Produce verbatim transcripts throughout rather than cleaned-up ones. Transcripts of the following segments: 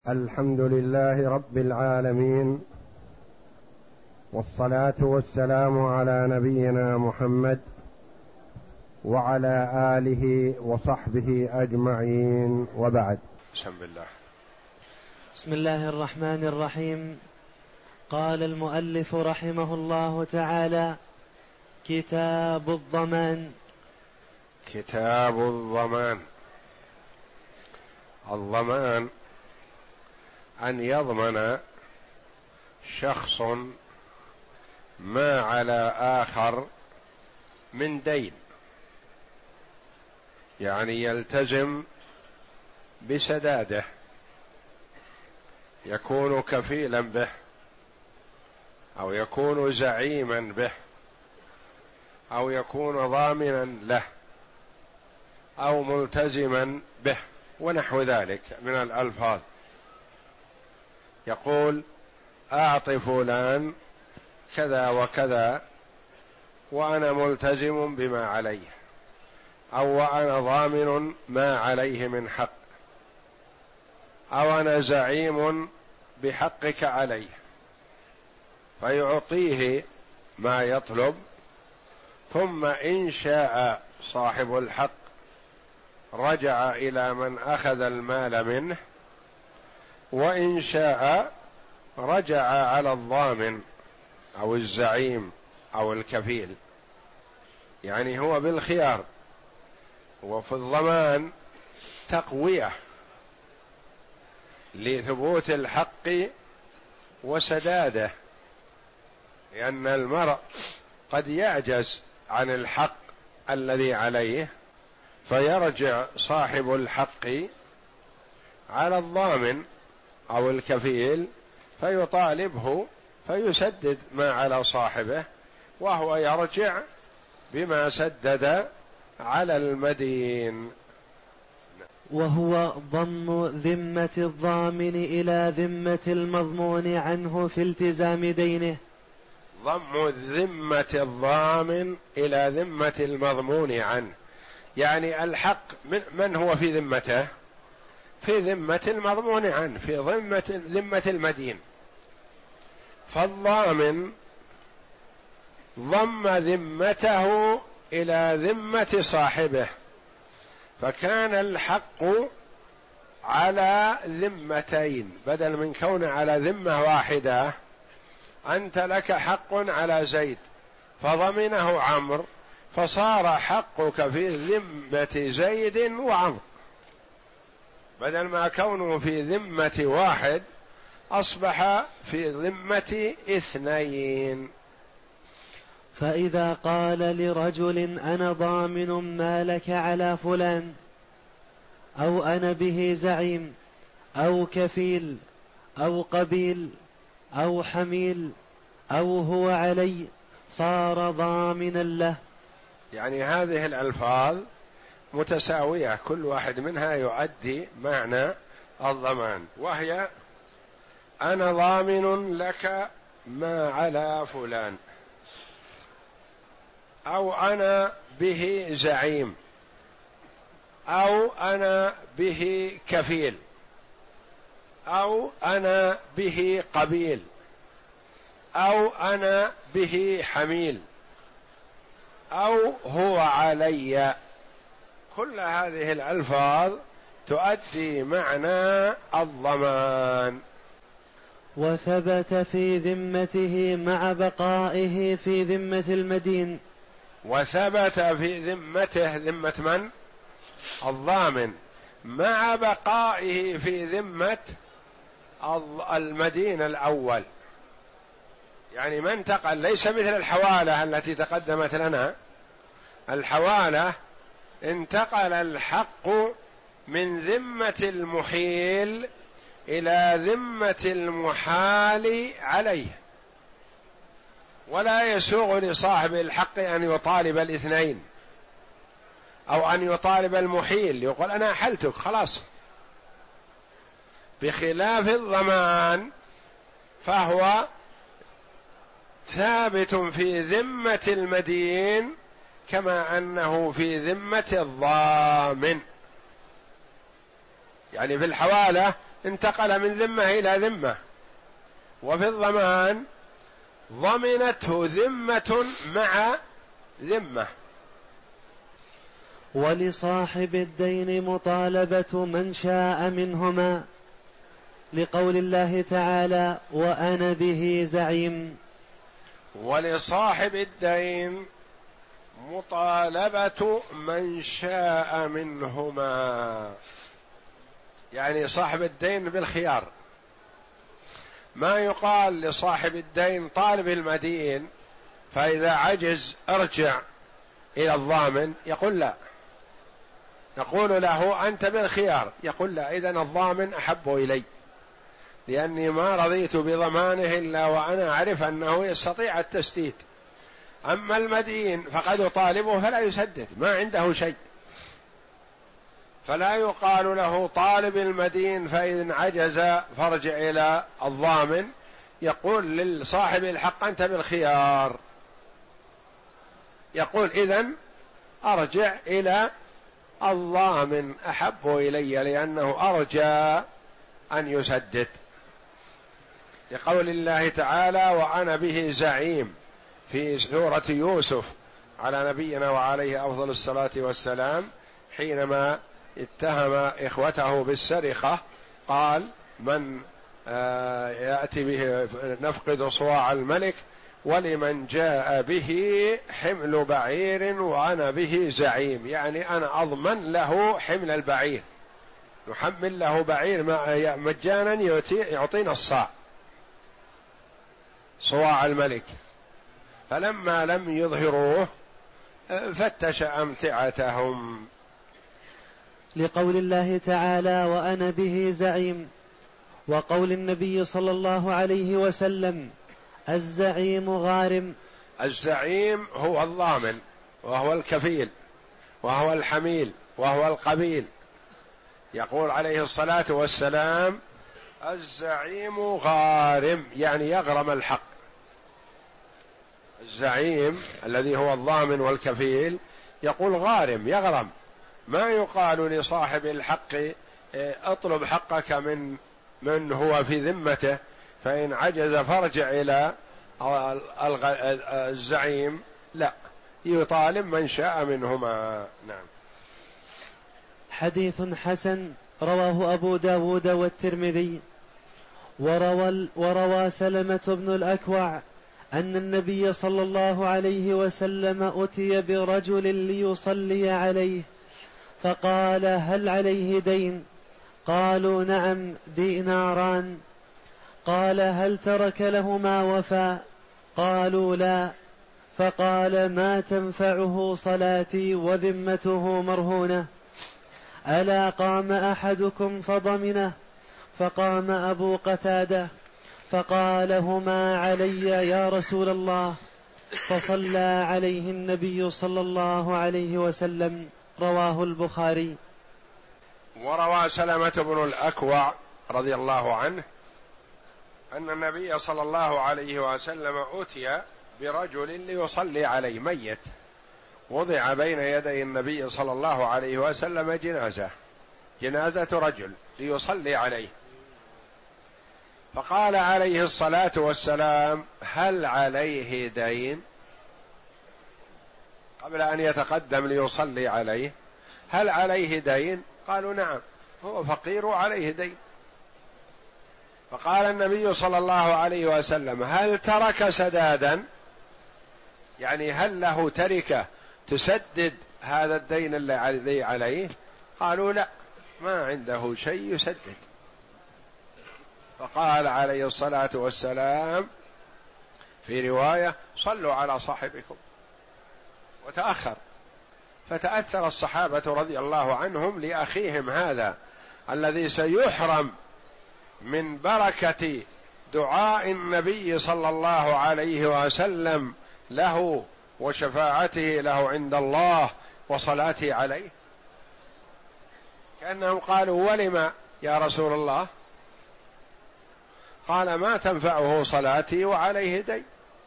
الحمد لله رب العالمين، والصلاة والسلام على نبينا محمد وعلى آله وصحبه أجمعين، وبعد. بسم الله. بسم الله الرحمن الرحيم. قال المؤلف رحمه الله تعالى: كتاب الضمان. كتاب الضمان. الضمان أن يضمن شخص ما على آخر من دين، يعني يلتزم بسداده، يكون كفيلا به أو يكون زعيما به أو يكون ضامنا له أو ملتزما به ونحو ذلك من الألفاظ. يقول: أعط فلان كذا وكذا وأنا ملتزم بما عليه، أو وأنا ضامن ما عليه من حق، أو أنا زعيم بحقك عليه، فيعطيه ما يطلب، ثم إن شاء صاحب الحق رجع إلى من أخذ المال منه، وإن شاء رجع على الضامن أو الزعيم أو الكفيل، يعني هو بالخيار. وفي الضمان تقوية لثبوت الحق وسداده، لأن المرء قد يعجز عن الحق الذي عليه، فيرجع صاحب الحق على الضامن أو الكفيل فيطالبه فيسدد ما على صاحبه، وهو يرجع بما سدد على المدين. وهو ضم ذمة الضامن إلى ذمة المضمون عنه في التزام دينه. ضم ذمة الضامن إلى ذمة المضمون عنه، يعني الحق من, من هو في ذمته؟ في ذمة المضمون عنه، في ذمة ذمة المدين. فالضامن ضم ذمته إلى ذمة صاحبه، فكان الحق على ذمتين، بدل من كون على ذمة واحدة. أنت لك حق على زيد فضمنه عمرو، فصار حقك في ذمة زيد وعمرو، بدل ما كونه في ذمة واحد أصبح في ذمة اثنين. فإذا قال لرجل: أنا ضامن مالك على فلان، أو أنا به زعيم أو كفيل أو قبيل أو حميل أو هو علي، صار ضامنا له. يعني هذه الألفاظ متساوية، كل واحد منها يؤدي معنى الضمان، وهي: أنا ضامن لك ما على فلان، أو أنا به زعيم، أو أنا به كفيل، أو أنا به قبيل، أو أنا به حميل، أو هو علي. كل هذه الألفاظ تؤدي معنى الضمان. وثبت في ذمته مع بقائه في ذمة المدين. وثبت في ذمته، ذمة من؟ الضامن، مع بقائه في ذمة المدين الأول. يعني ما انتقل، ليس مثل الحوالة التي تقدمت لنا. الحوالة انتقل الحق من ذمة المحيل إلى ذمة المحال عليه، ولا يسوغ لصاحب الحق أن يطالب الاثنين، أو أن يطالب المحيل يقول: أنا أحلتك خلاص. بخلاف الضمان فهو ثابت في ذمة المدين كما أنه في ذمة الضامن. يعني في الحوالة انتقل من ذمة إلى ذمة. وفي الضمان ضمنته ذمة مع ذمة. ولصاحب الدين مطالبة من شاء منهما، لقول الله تعالى: وأنا به زعيم. ولصاحب الدين مطالبة من شاء منهما، يعني صاحب الدين بالخيار. ما يقال لصاحب الدين طالب المدين فإذا عجز ارجع إلى الضامن، يقول لا. نقول له أنت بالخيار، يقول لا، إذن الضامن أحب إلي، لأني ما رضيت بضمانه إلا وأنا أعرف أنه يستطيع التسديد. أما المدين فقد أطالبه فلا يسدد، ما عنده شيء، فلا يقال له طالب المدين فإن عجز فارجع إلى الضامن. يقول لصاحب الحق أنت بالخيار، يقول إذن أرجع إلى الضامن أحب إلي، لأنه أرجى أن يسدد، لقول الله تعالى: وأنا به زعيم في سورة يوسف على نبينا وعليه أفضل الصلاة والسلام، حينما اتهم إخوته بالسرقة قال: من يأتي به نفقد صواع الملك ولمن جاء به حمل بعير وأنا به زعيم، يعني أنا أضمن له حمل البعير، نحمل له بعير مجانا يعطينا الصاع صواع الملك. فلما لم يظهروه فتش أمتعتهم، لقول الله تعالى: وأنا به زعيم، وقول النبي صلى الله عليه وسلم: الزعيم غارم. الزعيم هو الضامن، وهو الكفيل، وهو الحميل، وهو القبيل. يقول عليه الصلاة والسلام: الزعيم غارم، يعني يغرم الحق. الزعيم الذي هو الضامن والكفيل يقول غارم، يغرم. ما يقال لصاحب الحق اطلب حقك من من هو في ذمته، فإن عجز فارجع إلى الزعيم، لا، يطالب من شاء منهما. نعم. حديث حسن رواه أبو داود والترمذي. وروى, وروى سلمة بن الأكوع أن النبي صلى الله عليه وسلم أتي برجل ليصلي عليه، فقال: هل عليه دين؟ قالوا: نعم، ديناران. قال: هل ترك لهما وفاء؟ قالوا: لا. فقال: ما تنفعه صلاتي وذمته مرهونة؟ ألا قام أحدكم فضمنه؟ فقام أبو قتادة فقال: هما علي يا رسول الله. فصلى عليه النبي صلى الله عليه وسلم. رواه البخاري. وروى سلمة بن الأكوع رضي الله عنه أن النبي صلى الله عليه وسلم أتي برجل ليصلي عليه، ميت، وضع بين يدي النبي صلى الله عليه وسلم جنازة جنازة رجل ليصلي عليه، فقال عليه الصلاة والسلام: هل عليه دين؟ قبل أن يتقدم ليصلي عليه: هل عليه دين؟ قالوا: نعم، هو فقير وعليه دين. فقال النبي صلى الله عليه وسلم: هل ترك سدادا؟ يعني هل له تركة تسدد هذا الدين الذي عليه؟ قالوا: لا، ما عنده شيء يسدد. فقال عليه الصلاة والسلام في رواية: صلوا على صاحبكم، وتأخر. فتأثر الصحابة رضي الله عنهم لأخيهم هذا الذي سيحرم من بركة دعاء النبي صلى الله عليه وسلم له وشفاعته له عند الله وصلاته عليه. كأنهم قالوا: ولم يا رسول الله؟ قال: ما تنفعه صلاتي وعليه دين،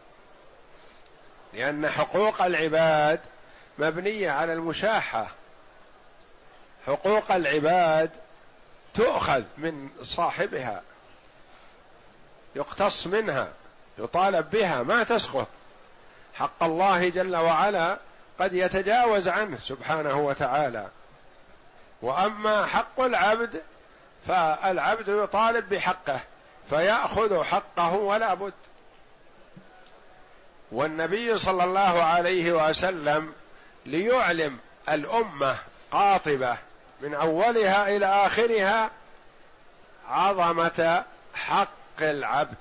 لأن حقوق العباد مبنية على المشاحة. حقوق العباد تؤخذ من صاحبها، يقتص منها، يطالب بها، ما تسقط. حق الله جل وعلا قد يتجاوز عنه سبحانه وتعالى، وأما حق العبد فالعبد يطالب بحقه فيأخذ حقه ولا بد. والنبي صلى الله عليه وسلم ليعلم الأمة قاطبة من أولها إلى آخرها عظمة حق العبد،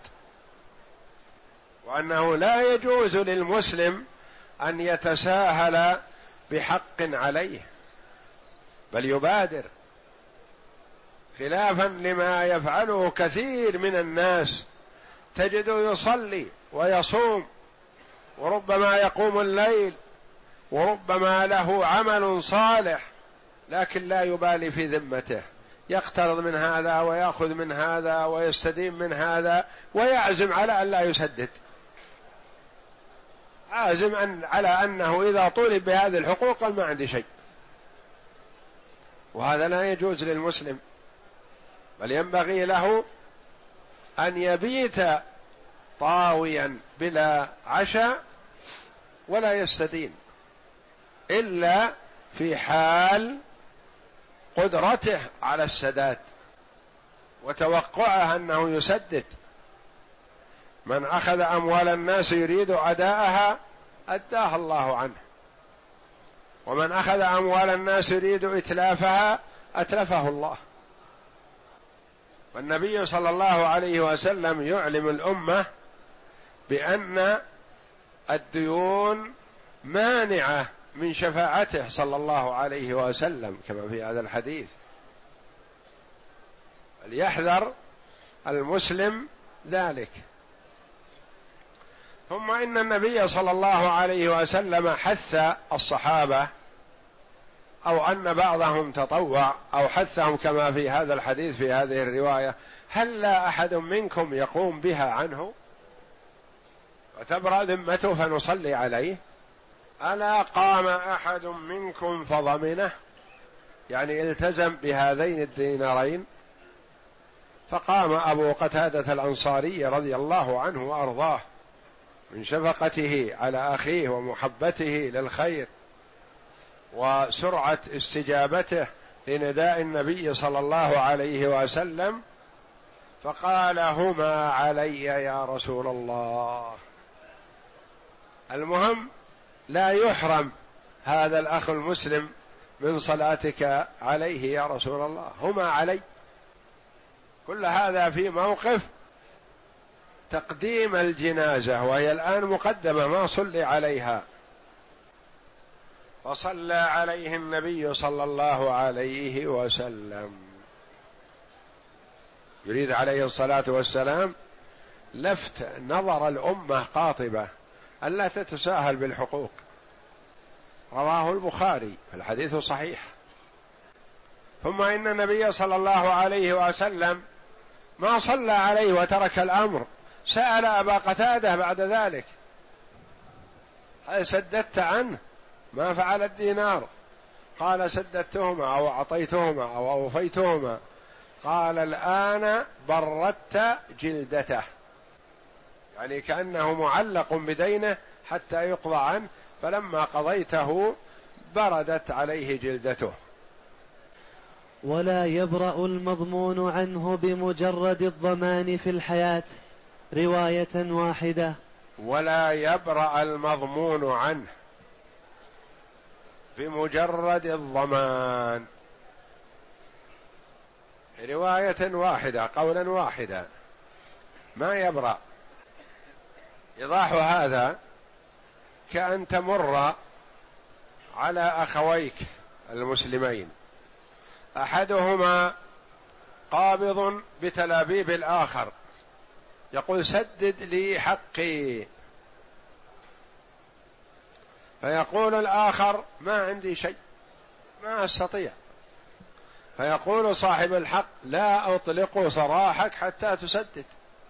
وأنه لا يجوز للمسلم أن يتساهل بحق عليه، بل يبادر، خلافا لما يفعله كثير من الناس، تجده يصلي ويصوم وربما يقوم الليل وربما له عمل صالح، لكن لا يبالي في ذمته، يقترض من هذا ويأخذ من هذا ويستدين من هذا ويعزم على أن لا يسدد، عازم أن على أنه إذا طولب بهذه الحقوق ما عندي شيء. وهذا لا يجوز للمسلم، بل ينبغي له أن يبيت طاويا بلا عشاء ولا يستدين إلا في حال قدرته على السداد وتوقعه أنه يسدد. من أخذ أموال الناس يريد أداءها أداها الله عنه، ومن أخذ أموال الناس يريد إتلافها أتلفه الله. والنبي صلى الله عليه وسلم يعلم الأمة بأن الديون مانعة من شفاعته صلى الله عليه وسلم كما في هذا الحديث، فليحذر المسلم ذلك. ثم إن النبي صلى الله عليه وسلم حث الصحابة، أو أن بعضهم تطوع أو حثهم كما في هذا الحديث في هذه الرواية: هل لا أحد منكم يقوم بها عنه وتبرأ ذمته فنصلي عليه؟ ألا قام أحد منكم فضمنه، يعني التزم بهذين الدينارين. فقام أبو قتادة الأنصاري رضي الله عنه وأرضاه من شفقته على أخيه ومحبته للخير وسرعة استجابته لنداء النبي صلى الله عليه وسلم، فقال: هما علي يا رسول الله. المهم لا يحرم هذا الأخ المسلم من صلاتك عليه يا رسول الله، هما علي. كل هذا في موقف تقديم الجنازة، وهي الآن مقدمة ما صلي عليها، وصلى عليه النبي صلى الله عليه وسلم. يريد عليه الصلاة والسلام لفت نظر الأمة قاطبة ألا تتساهل بالحقوق. رواه البخاري، الحديث صحيح. ثم إن النبي صلى الله عليه وسلم ما صلى عليه وترك الأمر، سأل أبا قتادة بعد ذلك: هل سددت عنه؟ ما فعل الدينار؟ قال: سددتهما أو أعطيتهما أو أوفيتهما. قال: الآن بردت جلدته، يعني كأنه معلق بدينه حتى يقضى عنه، فلما قضيته بردت عليه جلدته. ولا يبرأ المضمون عنه بمجرد الضمان في الحياة، رواية واحدة. ولا يبرأ المضمون عنه بمجرد الضمان، رواية واحدة، قولا واحدا، ما يبرأ. إيضاح هذا كأن تمر على أخويك المسلمين، أحدهما قابض بتلابيب الآخر، يقول: سدد لي حقي، فيقول الآخر: ما عندي شيء، ما أستطيع. فيقول صاحب الحق: لا أطلق سراحك حتى تسدد.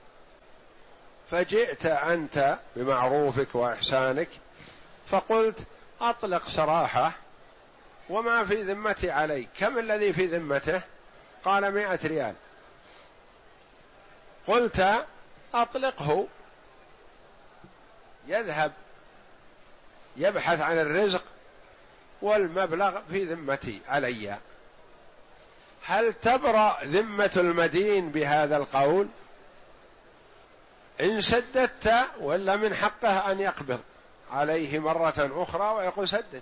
فجئت أنت بمعروفك وإحسانك فقلت: أطلق سراحه وما في ذمتي علي. كم الذي في ذمته؟ قال مائة ريال، قلت أطلقه يذهب يبحث عن الرزق والمبلغ في ذمتي علي، هل تبرأ ذمة المدين بهذا القول إن سددت، ولا من حقه أن يقبض عليه مرة أخرى ويقول سدد؟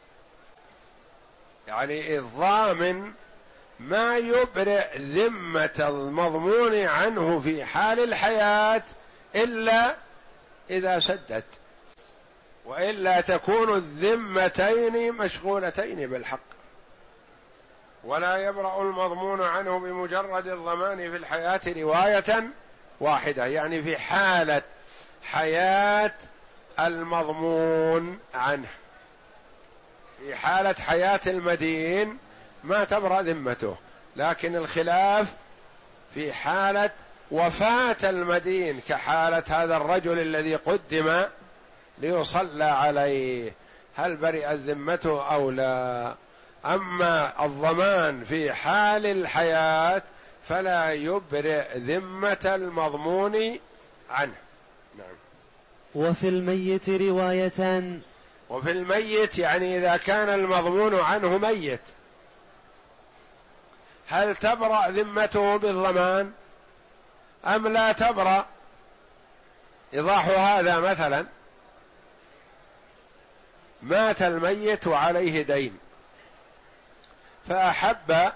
يعني الضامن ما يبرئ ذمة المضمون عنه في حال الحياة إلا إذا سدد، وإلا تكون الذمتين مشغولتين بالحق، ولا يبرأ المضمون عنه بمجرد الضمان في الحياة رواية واحدة، يعني في حالة حياة المضمون عنه. في حالة حياة المدين ما تبرأ ذمته، لكن الخلاف في حالة وفاة المدين، كحالة هذا الرجل الذي قدم ليصلى عليه، هل برئت ذمته أو لا؟ أما الضمان في حال الحياة فلا يبرئ ذمة المضمون عنه. نعم. وفي الميت روايتان. وفي الميت يعني إذا كان المضمون عنه ميت، هل تبرأ ذمته بالضمان أم لا تبرأ؟ إيضاح هذا: مثلا مات الميت وعليه دين، فأحب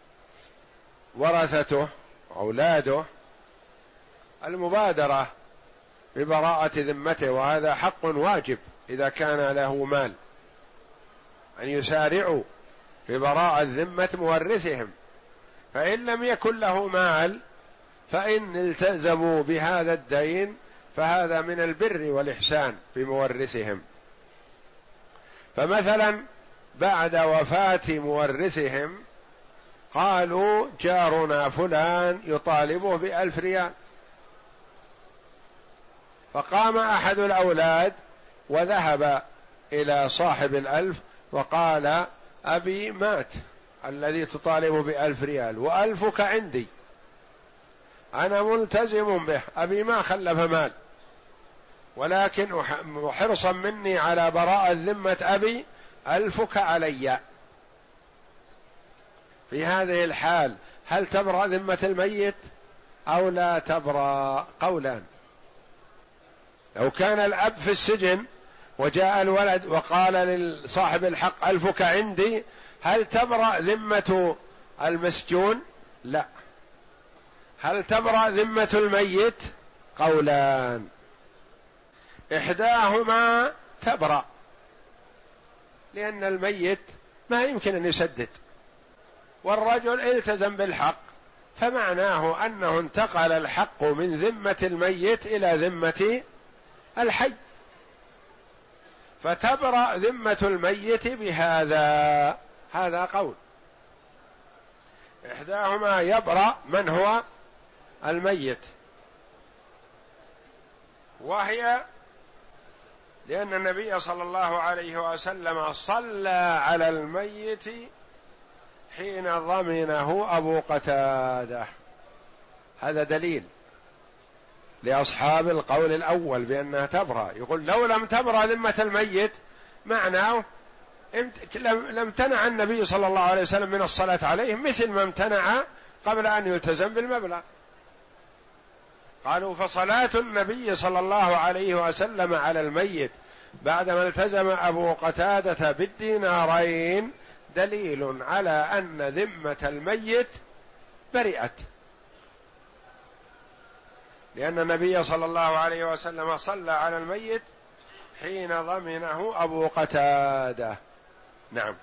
ورثته أولاده المبادرة ببراءة ذمته، وهذا حق واجب إذا كان له مال، أن يسارعوا ببراءة ذمة مورثهم، فإن لم يكن له مال فإن التزموا بهذا الدين فهذا من البر والإحسان بمورثهم. فمثلا بعد وفاة مورثهم قالوا جارنا فلان يطالبه بألف ريال، فقام أحد الأولاد وذهب إلى صاحب الألف وقال أبي مات الذي تطالب بألف ريال وألفك عندي، أنا ملتزم به، أبي ما خلف مال، ولكن حرصا مني على براءة ذمة أبي ألفك علي. في هذه الحال هل تبرأ ذمة الميت أو لا تبرأ؟ قولان. لو كان الأب في السجن وجاء الولد وقال لصاحب الحق ألفك عندي، هل تبرأ ذمة المسجون؟ لا. هل تبرأ ذمة الميت؟ قولان. إحداهما تبرأ، لأن الميت ما يمكن أن يسدد، والرجل التزم بالحق، فمعناه أنه انتقل الحق من ذمة الميت إلى ذمة الحي، فتبرأ ذمة الميت بهذا. هذا قول. إحداهما يبرأ من هو الميت، وهي لأن النبي صلى الله عليه وسلم صلى على الميت حين ضمنه أبو قتادة. هذا دليل لأصحاب القول الأول بأنها تبرأ. يقول لو لم تبرأ ذمة الميت معناه لم امتنع النبي صلى الله عليه وسلم من الصلاة عليه، مثل ما امتنع قبل أن يلتزم بالمبلغ. قالوا فصلاة النبي صلى الله عليه وسلم على الميت بعدما التزم أبو قتادة بالدينارين دليل على أن ذمة الميت برئت، لأن النبي صلى الله عليه وسلم صلى على الميت حين ضمنه أبو قتادة. نعم.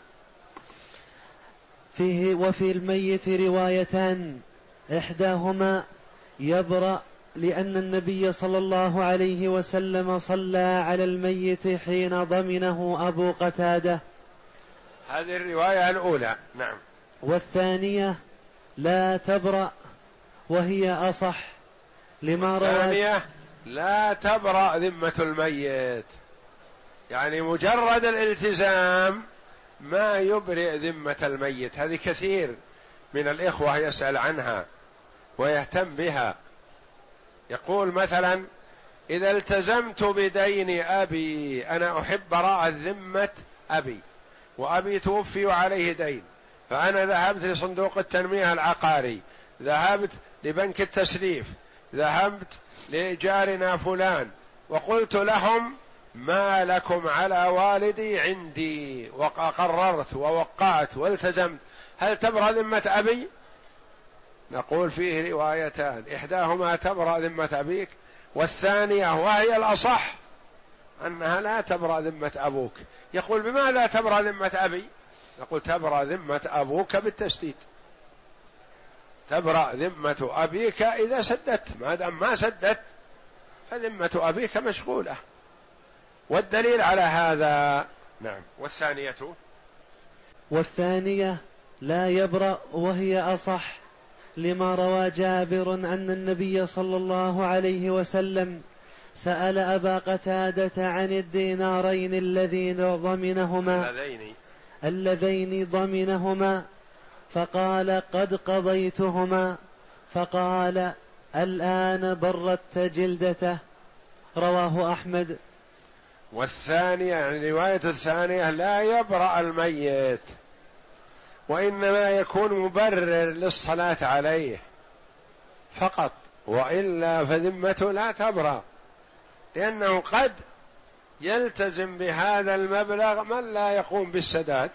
فيه وفي الميت روايتان، إحداهما يبرأ لأن النبي صلى الله عليه وسلم صلى على الميت حين ضمنه أبو قتادة. هذه الرواية الأولى. نعم. والثانية لا تبرأ، وهي أصح لما روى. الثانية لا تبرأ ذمة الميت، يعني مجرد الالتزام ما يبرئ ذمة الميت. هذه كثير من الإخوة يسأل عنها ويهتم بها، يقول مثلا: إذا التزمت بدين أبي، أنا أحب براءة ذمة أبي، وأبي توفي وعليه دين، فأنا ذهبت لصندوق التنمية العقاري، ذهبت لبنك التسليف، ذهبت لجارنا فلان، وقلت لهم: ما لكم على والدي عندي، وقررت ووقعت والتزمت، هل تبرأ ذمة أبي؟ نقول فيه روايتان، إحداهما تبرأ ذمة أبيك، والثانية وهي الأصح أنها لا تبرأ ذمة أبوك. يقول: بماذا تبرأ ذمة أبي؟ نقول: تبرأ ذمة أبوك بالتسديد، تبرأ ذمة أبيك إذا سددت، ما دام ما سددت فذمة أبيك مشغولة. والدليل على هذا نعم. والثانية والثانية لا يبرأ وهي أصح، لما روى جابر أن النبي صلى الله عليه وسلم سأل أبا قتادة عن الدينارين الذين ضمنهما اللذين اللذين ضمنهما فقال: قد قضيتهما. فقال: الآن بردت جلدته. رواه أحمد. والثانية يعني رواية الثانية لا يبرأ الميت، وإنما يكون مبرر للصلاة عليه فقط، وإلا فذمته لا تبرأ، لأنه قد يلتزم بهذا المبلغ من لا يقوم بالسداد،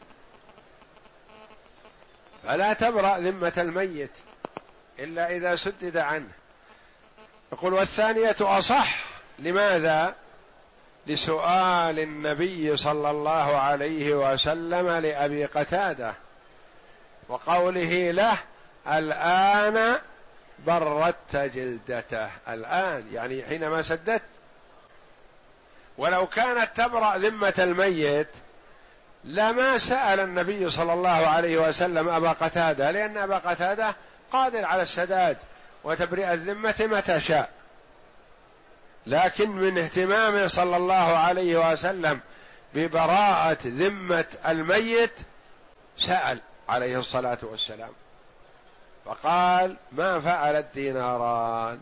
فلا تبرأ ذمة الميت إلا إذا سدد عنه. يقول: والثانية أصح. لماذا؟ لسؤال النبي صلى الله عليه وسلم لأبي قتادة وقوله له: الآن بردت جلدته، الآن يعني حينما سددت. ولو كانت تبرأ ذمة الميت لما سأل النبي صلى الله عليه وسلم أبا قتادة، لأن أبا قتادة قادر على السداد وتبرئة الذمة متى شاء، لكن من اهتمامه صلى الله عليه وسلم ببراءة ذمة الميت سأل عليه الصلاة والسلام فقال: ما فعل الديناران؟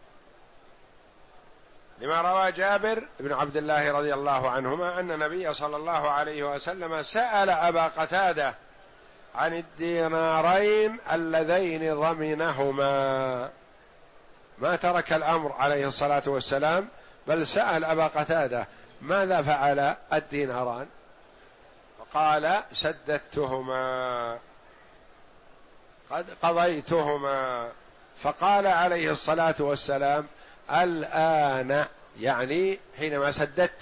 لما روى جابر بن عبد الله رضي الله عنهما أن النبي صلى الله عليه وسلم سأل أبا قتادة عن الدينارين اللذين ضمنهما، ما ترك الأمر عليه الصلاة والسلام، بل سأل أبا قتادة: ماذا فعل الديناران؟ فقال: سددتهما، قد قضيتهما. فقال عليه الصلاة والسلام: الآن يعني حينما سددت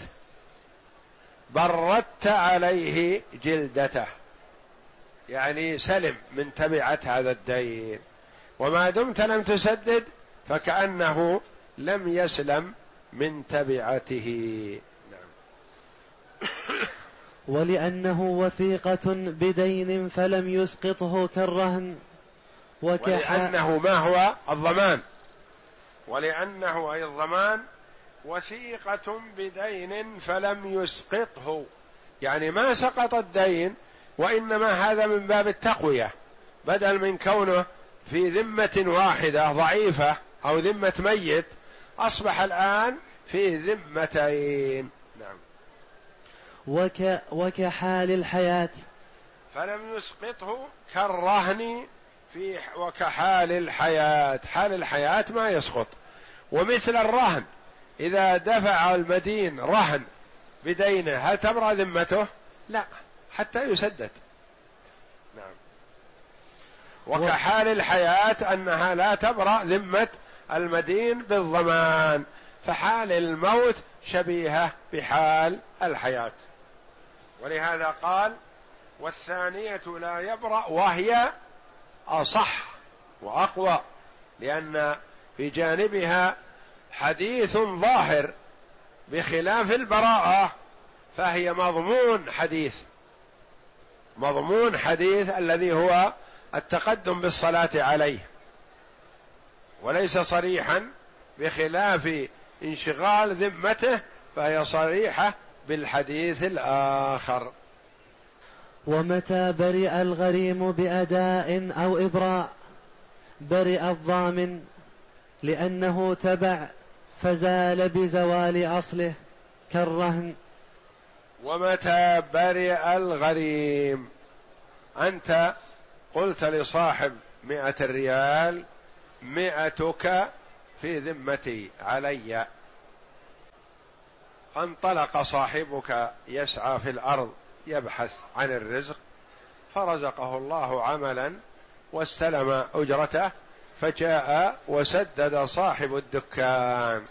بردت عليه جلدته، يعني سلم من تبعة هذا الدين، وما دمت لم تسدد فكأنه لم يسلم من تبعته. نعم. ولأنه وثيقة بدين فلم يسقطه كالرهن، ولأنه ما هو الضمان، ولأنه أي الضمان وثيقة بدين فلم يسقطه، يعني ما سقط الدين، وإنما هذا من باب التقوية، بدل من كونه في ذمة واحدة ضعيفة أو ذمة ميت أصبح الآن في ذمتين. نعم. وك وكحال الحياة فلم يسقطه كالرهن في وكحال الحياة، حال الحياة ما يسقط. ومثل الرهن إذا دفع المدين رهن بدينه هل تبرأ ذمته؟ لا، حتى يسدد. نعم. وكحال الحياة أنها لا تبرأ ذمة المدين بالضمان، فحال الموت شبيهة بحال الحياة، ولهذا قال: والثانية لا يبرأ وهي أصح وأقوى، لأن في جانبها حديث ظاهر، بخلاف البراءة فهي مضمون حديث، مضمون حديث الذي هو التقدم بالصلاة عليه، وليس صريحا، بخلاف انشغال ذمته فهي صريحة بالحديث الآخر. ومتى برئ الغريم بأداء أو إبراء برئ الضامن لأنه تبع فزال بزوال أصله كالرهن. ومتى برئ الغريم، أنت قلت لصاحب مئة ريال مئتك في ذمتي علي، فانطلق صاحبك يسعى في الأرض يبحث عن الرزق، فرزقه الله عملا واستلم أجرته، فجاء وسدد صاحب الدكان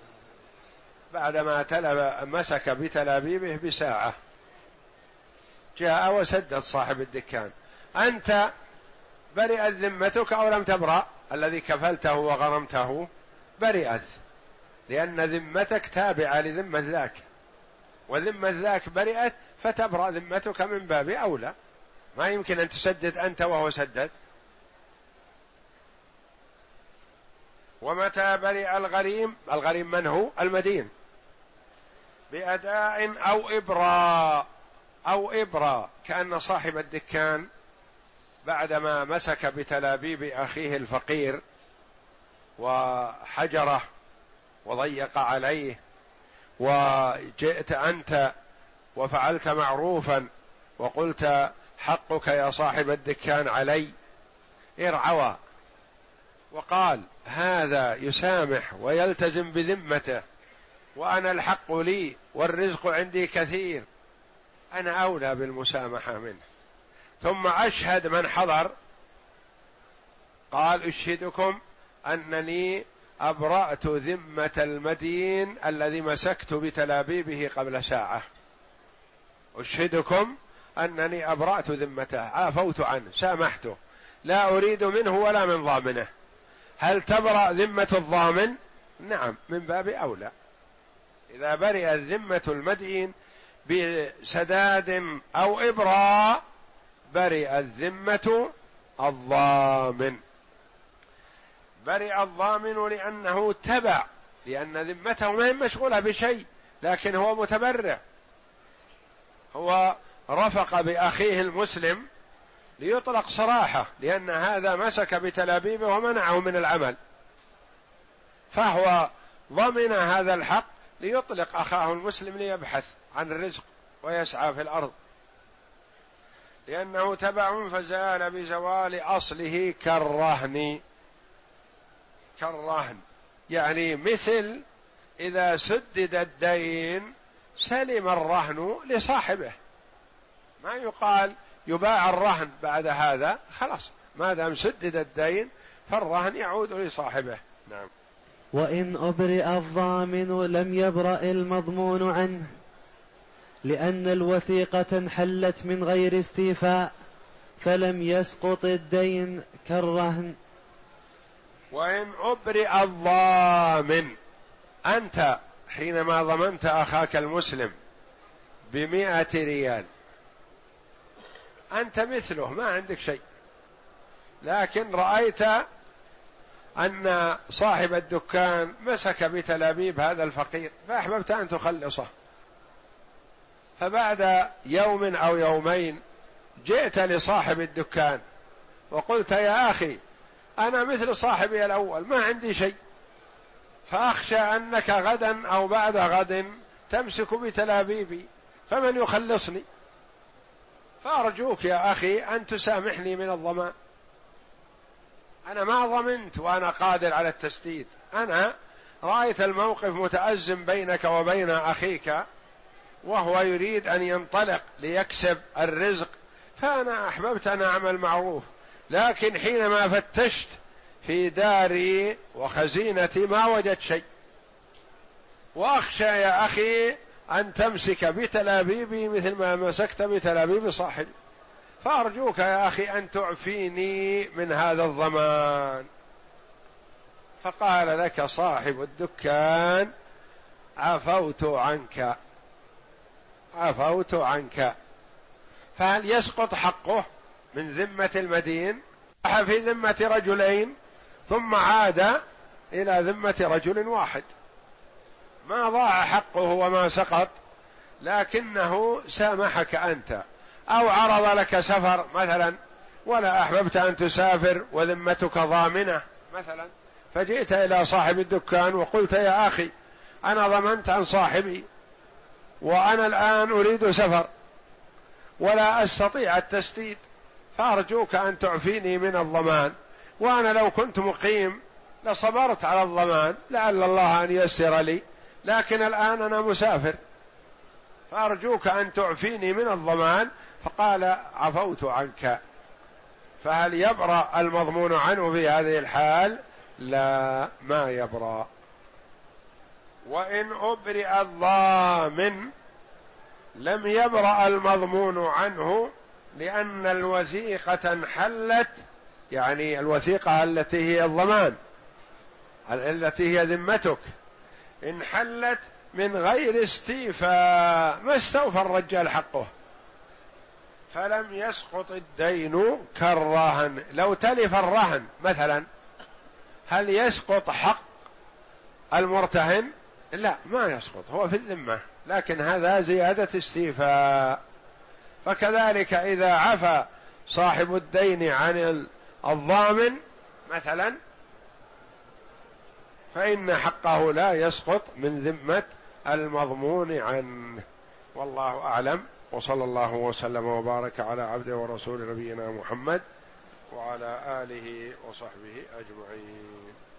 بعدما تلب مسك بتلابيبه بساعة، جاء وسدد صاحب الدكان. أنت برئت ذمتك أو لم تبرأ؟ الذي كفلته وغرمته برئت، لأن ذمتك تابعة لذمة ذاك، وذمة ذاك برئت، فتبرأ ذمتك من باب أولى. ما يمكن أن تسدد أنت وهو سدد. ومتى برئ الغريم، الغريم من هو؟ المدين، بأداء أو إبراء. أو إبراء، كأن صاحب الدكان بعدما مسك بتلابيب أخيه الفقير وحجره وضيق عليه، وجئت أنت وفعلت معروفا وقلت حقك يا صاحب الدكان علي، ارعوى، وقال هذا يسامح ويلتزم بذمته، وأنا الحق لي والرزق عندي كثير، أنا أولى بالمسامحة منه. ثم أشهد من حضر، قال أشهدكم أنني أبرأت ذمة المدين الذي مسكت بتلابيبه قبل ساعة، أشهدكم أنني أبرأت ذمته، عافوت عنه، سامحته، لا أريد منه ولا من ضامنه. هل تبرأ ذمة الضامن؟ نعم، من باب أولى. إذا برئت ذمة المدين بسداد أو إبراء برئت ذمة الضامن. برئ الضامن لأنه تبع، لأن ذمته ما هي مشغولة بشيء، لكن هو متبرع، هو رفق بأخيه المسلم ليطلق سراحه، لأن هذا مسك بتلابيبه ومنعه من العمل، فهو ضمن هذا الحق ليطلق أخاه المسلم ليبحث عن الرزق ويسعى في الأرض، لأنه تبع فزال بزوال أصله كالرهن. كالرهن يعني مثل إذا سدد الدين سلم الرهن لصاحبه، ما يقال يباع الرهن بعد هذا، خلاص ما دام سدد الدين فالرهن يعود لصاحبه. نعم. وإن أبرئ الضامن لم يبرأ المضمون عنه، لأن الوثيقة انحلت من غير استيفاء فلم يسقط الدين كالرهن. وإن أبرئ الضامن، أنت حينما ضمنت أخاك المسلم بمئة ريال، أنت مثله ما عندك شيء، لكن رأيت أن صاحب الدكان مسك بتلابيب هذا الفقير فأحببت أن تخلصه، فبعد يوم أو يومين جئت لصاحب الدكان وقلت يا أخي أنا مثل صاحبي الأول ما عندي شيء، فأخشى أنك غدا أو بعد غد تمسك بتلابيبي فمن يخلصني، فأرجوك يا أخي أن تسامحني من الضمان، أنا ما ضمنت وأنا قادر على التسديد، أنا رأيت الموقف متأزم بينك وبين أخيك وهو يريد أن ينطلق ليكسب الرزق، فأنا أحببت أن أعمل معروف، لكن حينما فتشت في داري وخزينتي ما وجدت شيء، وأخشى يا أخي أن تمسك بتلابيبي مثل ما مسكت بتلابيب صاحبي، فأرجوك يا أخي أن تعفيني من هذا الضمان. فقال لك صاحب الدكان عفوت عنك، عفوت عنك. فهل يسقط حقه من ذمة المدين؟ في ذمة رجلين ثم عاد إلى ذمة رجل واحد، ما ضاع حقه وما سقط، لكنه سامحك أنت. أو عرض لك سفر مثلا ولا أحببت أن تسافر وذمتك ضامنة مثلا، فجئت إلى صاحب الدكان وقلت يا أخي أنا ضمنت عن صاحبي وأنا الآن أريد سفر ولا أستطيع التسديد، فأرجوك أن تعفيني من الضمان، وأنا لو كنت مقيم لصبرت على الضمان لعل الله أن ييسر لي، لكن الآن أنا مسافر فأرجوك أن تعفيني من الضمان. فقال عفوت عنك. فهل يبرأ المضمون عنه في هذه الحال؟ لا، ما يبرأ. وإن أبرئ الضامن لم يبرأ المضمون عنه، لأن الوثيقة انحلت، يعني الوثيقة التي هي الضمان التي هي ذمتك انحلت من غير استيفاء، ما استوفى الرجال حقه، فلم يسقط الدين كالرهن. لو تلف الرهن مثلا هل يسقط حق المرتهن؟ لا، ما يسقط، هو في الذمة، لكن هذا زيادة استيفاء. فكذلك إذا عفى صاحب الدين عن الضامن مثلا فإن حقه لا يسقط من ذمة المضمون عنه. والله أعلم، وصلى الله وسلم وبارك على عبده ورسول نبينا محمد وعلى آله وصحبه أجمعين.